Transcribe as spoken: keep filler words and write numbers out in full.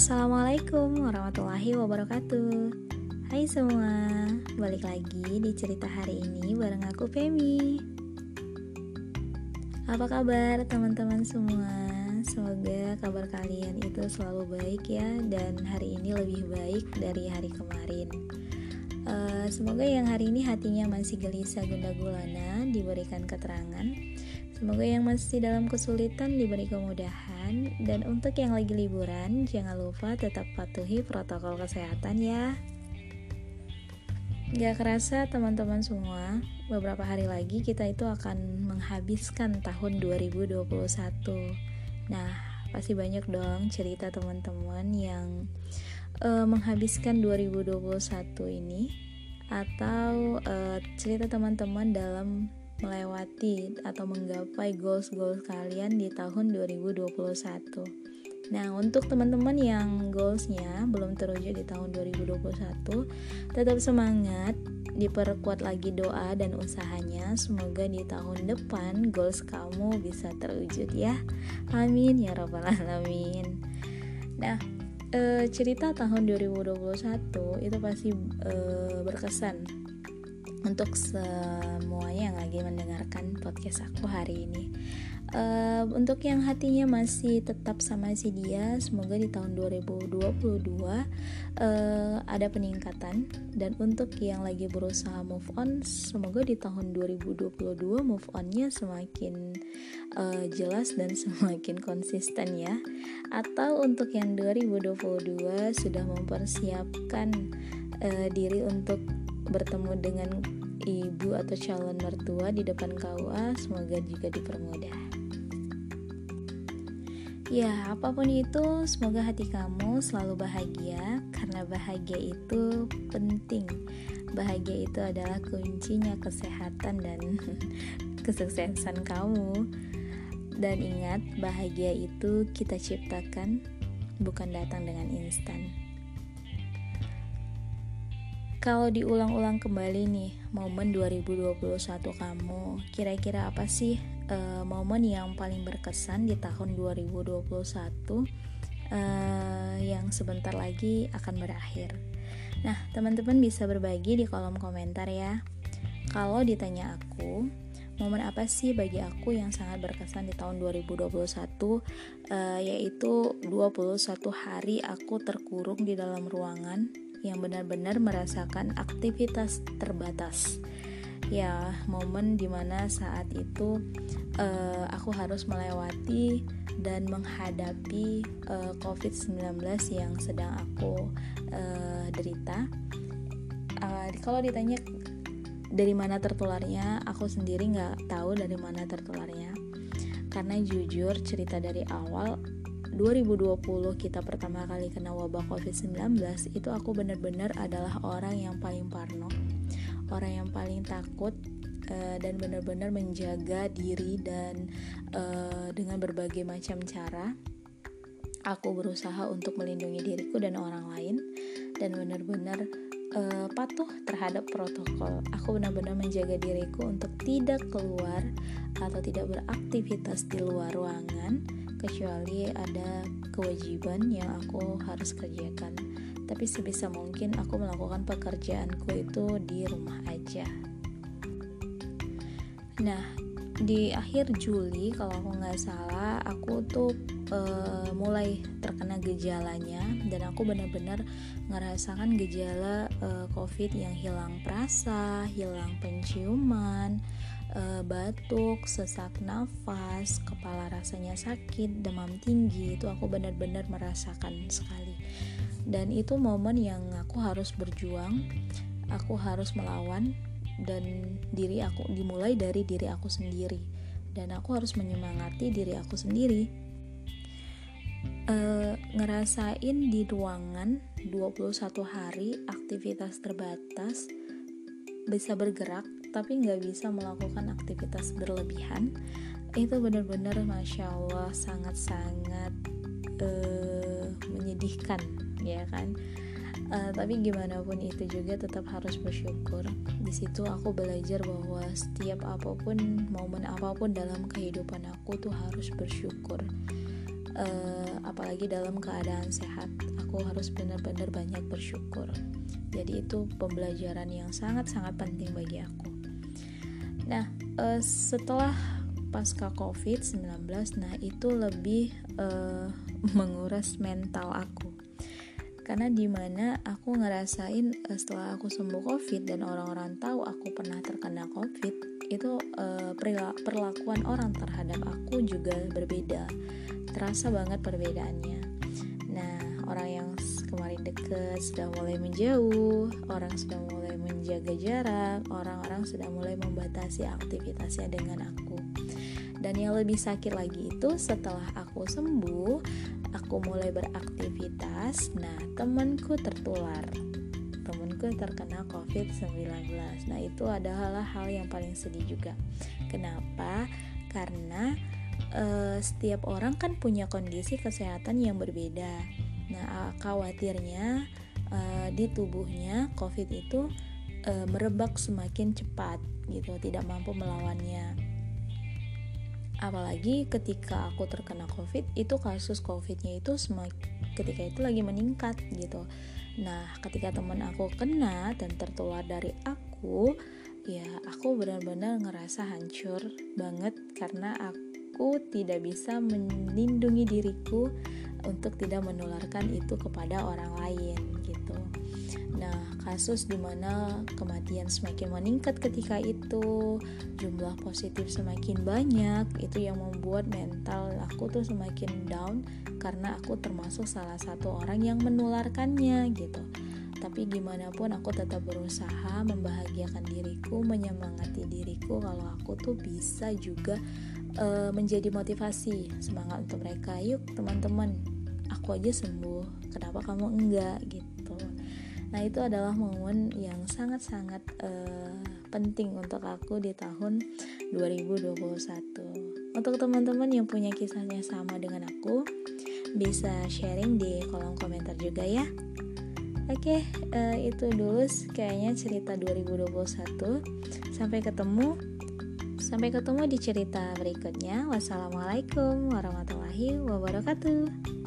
Assalamualaikum warahmatullahi wabarakatuh. Hai semua, balik lagi di cerita hari ini bareng aku Femi. Apa kabar teman-teman semua? Semoga kabar kalian itu selalu baik ya, dan hari ini lebih baik dari hari kemarin. uh, Semoga yang hari ini hatinya masih gelisah gundah gulana diberikan keterangan. Semoga yang masih dalam kesulitan diberi kemudahan. Dan untuk yang lagi liburan, jangan lupa tetap patuhi protokol kesehatan ya. Gak kerasa teman-teman semua, beberapa hari lagi kita itu akan menghabiskan tahun dua ribu dua puluh satu. Nah, pasti banyak dong cerita teman-teman yang uh, menghabiskan dua ribu dua puluh satu ini, atau uh, cerita teman-teman dalam melewati atau menggapai goals-goals kalian di tahun dua ribu dua puluh satu. Nah, untuk teman-teman yang goalsnya belum terwujud di tahun dua ribu dua puluh satu, tetap semangat, diperkuat lagi doa dan usahanya. Semoga di tahun depan goals kamu bisa terwujud ya. Amin ya rabbal alamin. Nah, e, cerita tahun dua ribu dua puluh satu itu pasti e, berkesan untuk semuanya yang lagi mendengarkan podcast aku hari ini. Uh, untuk yang hatinya masih tetap sama si dia, semoga di tahun dua ribu dua puluh dua uh, ada peningkatan. Dan untuk yang lagi berusaha move on, semoga di tahun dua ribu dua puluh dua move onnya semakin uh, jelas dan semakin konsisten ya. Atau untuk yang dua ribu dua puluh dua sudah mempersiapkan uh, diri untuk bertemu dengan ibu atau calon mertua di depan K U A, semoga juga dipermudah. Ya, apapun itu, semoga hati kamu selalu bahagia, karena bahagia itu penting. Bahagia itu adalah kuncinya kesehatan dan kesuksesan kamu. Dan ingat, bahagia itu kita ciptakan, bukan datang dengan instan. Kalau diulang-ulang kembali nih, momen dua ribu dua puluh satu kamu, kira-kira apa sih uh, momen yang paling berkesan di tahun dua ribu dua puluh satu uh, yang sebentar lagi akan berakhir? Nah, teman-teman bisa berbagi di kolom komentar ya. Kalau ditanya aku, momen apa sih bagi aku yang sangat berkesan di tahun dua ribu dua puluh satu, uh, yaitu dua puluh satu hari aku terkurung di dalam ruangan yang benar-benar merasakan aktivitas terbatas. Ya, momen dimana saat itu uh, aku harus melewati dan menghadapi uh, covid sembilan belas yang sedang aku uh, derita. Uh, kalau ditanya dari mana tertularnya, aku sendiri gak tahu dari mana tertularnya. Karena jujur cerita dari awal dua ribu dua puluh kita pertama kali kena wabah covid sembilan belas, itu aku benar-benar adalah orang yang paling parno, orang yang paling takut, uh, dan benar-benar menjaga diri. Dan uh, dengan berbagai macam cara aku berusaha untuk melindungi diriku dan orang lain, dan benar-benar uh, patuh terhadap protokol. Aku benar-benar menjaga diriku untuk tidak keluar atau tidak beraktivitas di luar ruangan, kecuali ada kewajiban yang aku harus kerjakan. Tapi sebisa mungkin aku melakukan pekerjaanku itu di rumah aja. Nah, di akhir Juli kalau aku gak salah, aku tuh e, mulai terkena gejalanya. Dan aku benar-benar ngerasakan gejala e, COVID yang hilang perasa, hilang penciuman, Uh, batuk, sesak nafas, kepala rasanya sakit, demam tinggi. Itu aku benar-benar merasakan sekali. Dan itu momen yang aku harus berjuang, aku harus melawan, dan diri aku dimulai dari diri aku sendiri. Dan aku harus menyemangati diri aku sendiri. Uh, ngerasain di ruangan dua puluh satu hari, aktivitas terbatas, bisa bergerak tapi nggak bisa melakukan aktivitas berlebihan, itu benar-benar Masya Allah sangat-sangat uh, menyedihkan ya kan. Uh, tapi gimana pun itu juga tetap harus bersyukur. Di situ aku belajar bahwa setiap apapun, momen apapun dalam kehidupan aku tuh harus bersyukur. uh, apalagi dalam keadaan sehat. Aku harus benar-benar banyak bersyukur. Jadi itu pembelajaran yang sangat-sangat penting bagi aku. Nah, uh, setelah pasca covid sembilan belas, nah itu lebih uh, menguras mental aku. Karena dimana aku ngerasain uh, setelah aku sembuh covid dan orang-orang tahu aku pernah terkena covid, itu uh, perlakuan orang terhadap aku juga berbeda. Terasa banget perbedaannya. Nah, orang yang kemarin deket sudah mulai menjauh, orang sudah mulai menjaga jarak, orang-orang sudah mulai membatasi aktivitasnya dengan aku. Dan yang lebih sakit lagi itu setelah aku sembuh, aku mulai beraktivitas, nah temanku tertular, temanku terkena covid sembilan belas. Nah itu adalah hal yang paling sedih juga. Kenapa? Karena uh, setiap orang kan punya kondisi kesehatan yang berbeda. Nah khawatirnya uh, di tubuhnya covid itu uh, merebak semakin cepat gitu, tidak mampu melawannya. Apalagi ketika aku terkena covid, itu kasus covidnya itu semak, ketika itu lagi meningkat gitu. Nah ketika teman aku kena dan tertular dari aku, ya aku benar-benar ngerasa hancur banget karena aku tidak bisa melindungi diriku untuk tidak menularkan itu kepada orang lain gitu. Nah kasus dimana kematian semakin meningkat ketika itu, jumlah positif semakin banyak, itu yang membuat mental aku tuh semakin down karena aku termasuk salah satu orang yang menularkannya gitu. Tapi gimana pun aku tetap berusaha membahagiakan diriku, menyemangati diriku kalau aku tuh bisa juga uh, menjadi motivasi, semangat untuk mereka. Yuk teman-teman, aku aja sembuh, kenapa kamu enggak gitu. Nah itu adalah momen yang sangat-sangat uh, penting untuk aku di tahun dua ribu dua puluh satu. Untuk teman-teman yang punya kisahnya sama dengan aku, bisa sharing di kolom komentar juga ya. Oke, uh, itu dulu kayaknya cerita dua ribu dua puluh satu. Sampai ketemu Sampai ketemu di cerita berikutnya. Wassalamualaikum warahmatullahi wabarakatuh.